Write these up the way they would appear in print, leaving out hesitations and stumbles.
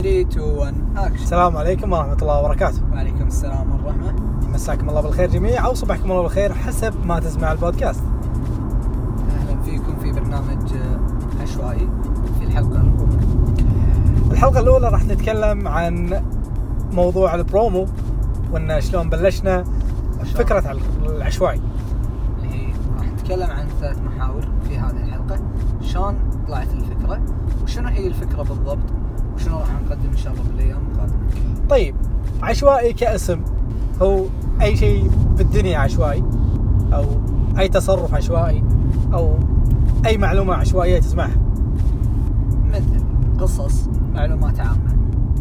3 2 1 اكشن. السلام عليكم ورحمة الله وبركاته. وعليكم السلام والرحمة. مساكم الله بالخير جميعا أو صباحكم الله بالخير حسب ما تسمع البودكاست. أهلا فيكم في برنامج عشوائي. في الحلقة الأولى راح نتكلم عن موضوع البرومو وإن شلون بلشنا فكرة العشوائي اللي هي راح نتكلم عن 3 محاور في هذه الحلقة. شلون طلعت الفكرة وشنو هي الفكرة بالضبط وشنو راح نقدم إن شاء الله بالأيام القادمة. طيب، عشوائي كاسم هو أي شيء بالدنيا عشوائي أو أي تصرف عشوائي أو أي معلومة عشوائية تسمعها، مثل قصص، معلومات عامة،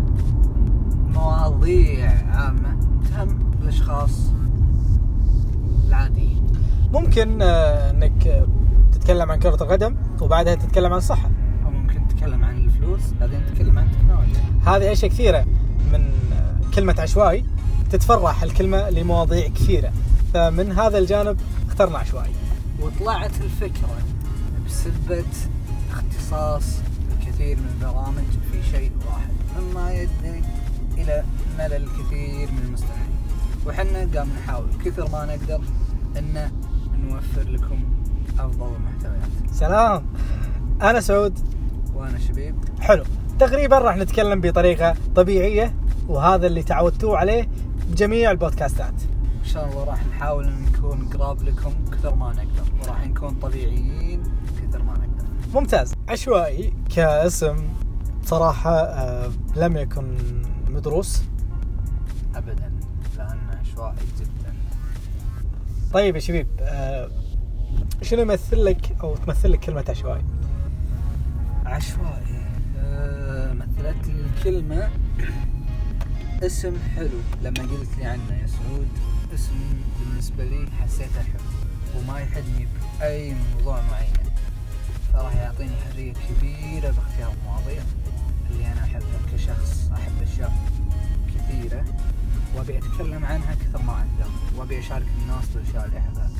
مواضيع عامة تهم الأشخاص العاديين. ممكن أنك تتكلم عن كرة القدم وبعدها تتكلم عن الصحة، أو ممكن تتكلم عن الفلوس بعدين تتكلم عن التكنولوجيا. هذه أشياء كثيرة من كلمة عشوائي تتفرع الكلمة لمواضيع كثيرة، فمن هذا الجانب اخترنا عشوائي. وطلعت الفكرة بسبة اختصاص الكثير من البرامج في شيء واحد مما يؤدي إلى ملل كثير من المستمعين، وحنا قام نحاول كثر ما نقدر أن نوفر لكم أفضل المحتويات. سلام، أنا سعود وأنا شبيب. حلو، تقريبا راح نتكلم بطريقة طبيعية وهذا اللي تعودتوا عليه بجميع البودكاستات. إن شاء الله راح نحاول أن نكون قراب لكم كثر ما نقدر، وراح نكون طبيعيين كثر ما نقدر. ممتاز. عشوائي كاسم صراحة لم يكن مدروس أبدا، لأنه عشوائي جدا. طيب يا شبيب، شنو يمثل لك أو تمثل لك كلمة عشوائي؟ عشوائي مثلت لي الكلمة اسم حلو. لما قلت لي عنه يا سعود، اسم بالنسبة لي حسيته حلو وما يحدني بأي موضوع معين، فراح يعطيني حرية كبيرة باختيار المواضيع اللي أنا أحبها كشخص. أحب أشياء كثيرة وأبي أتكلم عنها كثر ما أقدر، وأبي أشارك الناس بالأشياء اللي أحبها.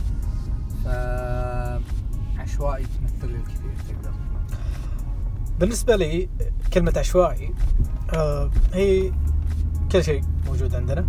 فعشوائي تمثل الكثير تقدر. بالنسبة لي كلمة عشوائي هي كل شيء موجود عندنا.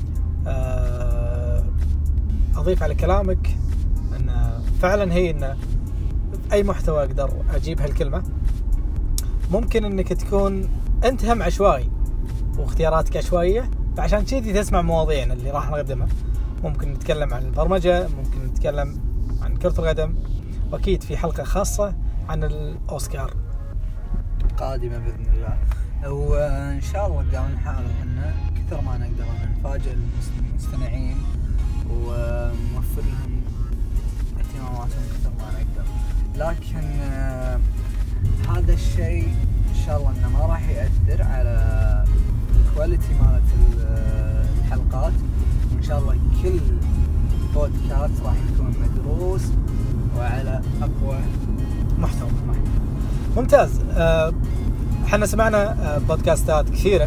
أضيف على كلامك أن فعلا هي أن أي محتوى أقدر أجيب هالكلمة. ممكن أنك تكون أنت هم عشوائي واختياراتك عشوائية، فعشان كذي تسمع مواضيعنا اللي راح نقدمها. ممكن نتكلم عن البرمجة، ممكن نتكلم عن كرة القدم، وأكيد في حلقة خاصة عن الأوسكار قادمة بإذن الله. وإن شاء الله قاعد نحاول إحنا كثر ما نقدر أن نفاجئ المستمعين ونوفر لهم اهتماماتهم كثر ما نقدر، لكن هذا الشيء إن شاء الله إنه ما راح يأثر على الكواليتي مالت الحلقات. وإن شاء الله كل بودكاست راح يكون مدروس وعلى أقوى محتوى. ممتاز. احنا سمعنا بودكاستات كثيرة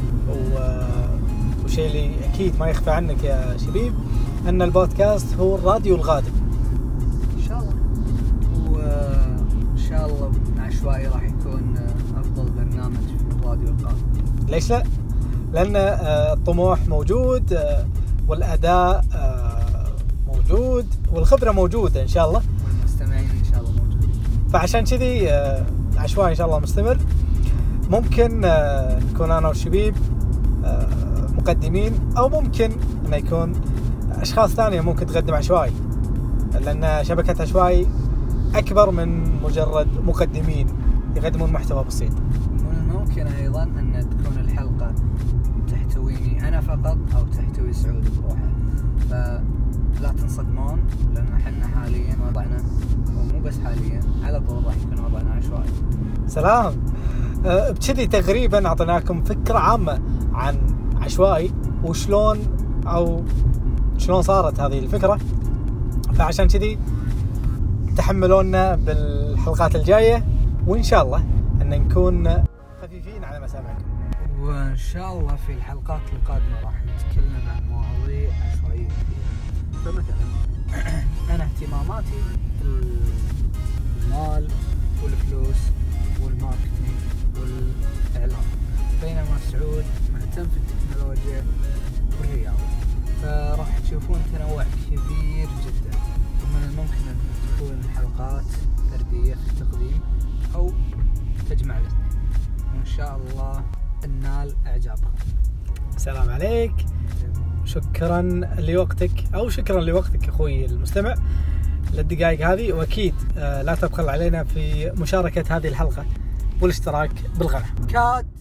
وشيء اللي أكيد ما يخفى عنك يا شبيب أن البودكاست هو الراديو القادم إن شاء الله. وإن شاء الله عشوائي راح يكون أفضل برنامج في الراديو القادم. ليش لا؟ لأن الطموح موجود والأداء موجود والخبرة موجودة إن شاء الله، والمستمعين إن شاء الله موجود. فعشان كذي عشوائي إن شاء الله مستمر. ممكن نكون أنا والشبيب مقدمين، أو ممكن أنه يكون أشخاص ثانية ممكن تقدم عشوائي، لأن شبكة عشوائي أكبر من مجرد مقدمين يقدمون محتوى بسيط. ممكن أيضا أن تكون الحلقة تحتويني أنا فقط أو تحتوي سعود بروحه، فلا تنصدمون، لأن احنا حاليا وضعنا، ومو بس حاليا، على طول راح يكون وضعنا عشوائي. سلام. بكذي تقريبا أعطيناكم فكرة عامة عن عشوائي وشلون أو شلون صارت هذه الفكرة، فعشان كذي تحملونا بالحلقات الجاية، وإن شاء الله أن نكون خفيفين على مسامعكم. وإن شاء الله في الحلقات القادمة راح نتكلم عن مواضيع عشوائية كثيرة. فمثلا أنا اهتماماتي المال والفلوس والماركتينج والإعلام، بينما سعود مهتم في التكنولوجيا والرياضة، فراح تشوفون تنوع كبير جدا، ومن الممكن أن تكون حلقات فردية في التقديم أو تجمع الاثنين، وإن شاء الله ننال إعجابكم. السلام عليك، شكرا لوقتك أخوي المستمع للدقائق هذه، وأكيد لا تبخل علينا في مشاركة هذه الحلقة والاشتراك بالقناة. كات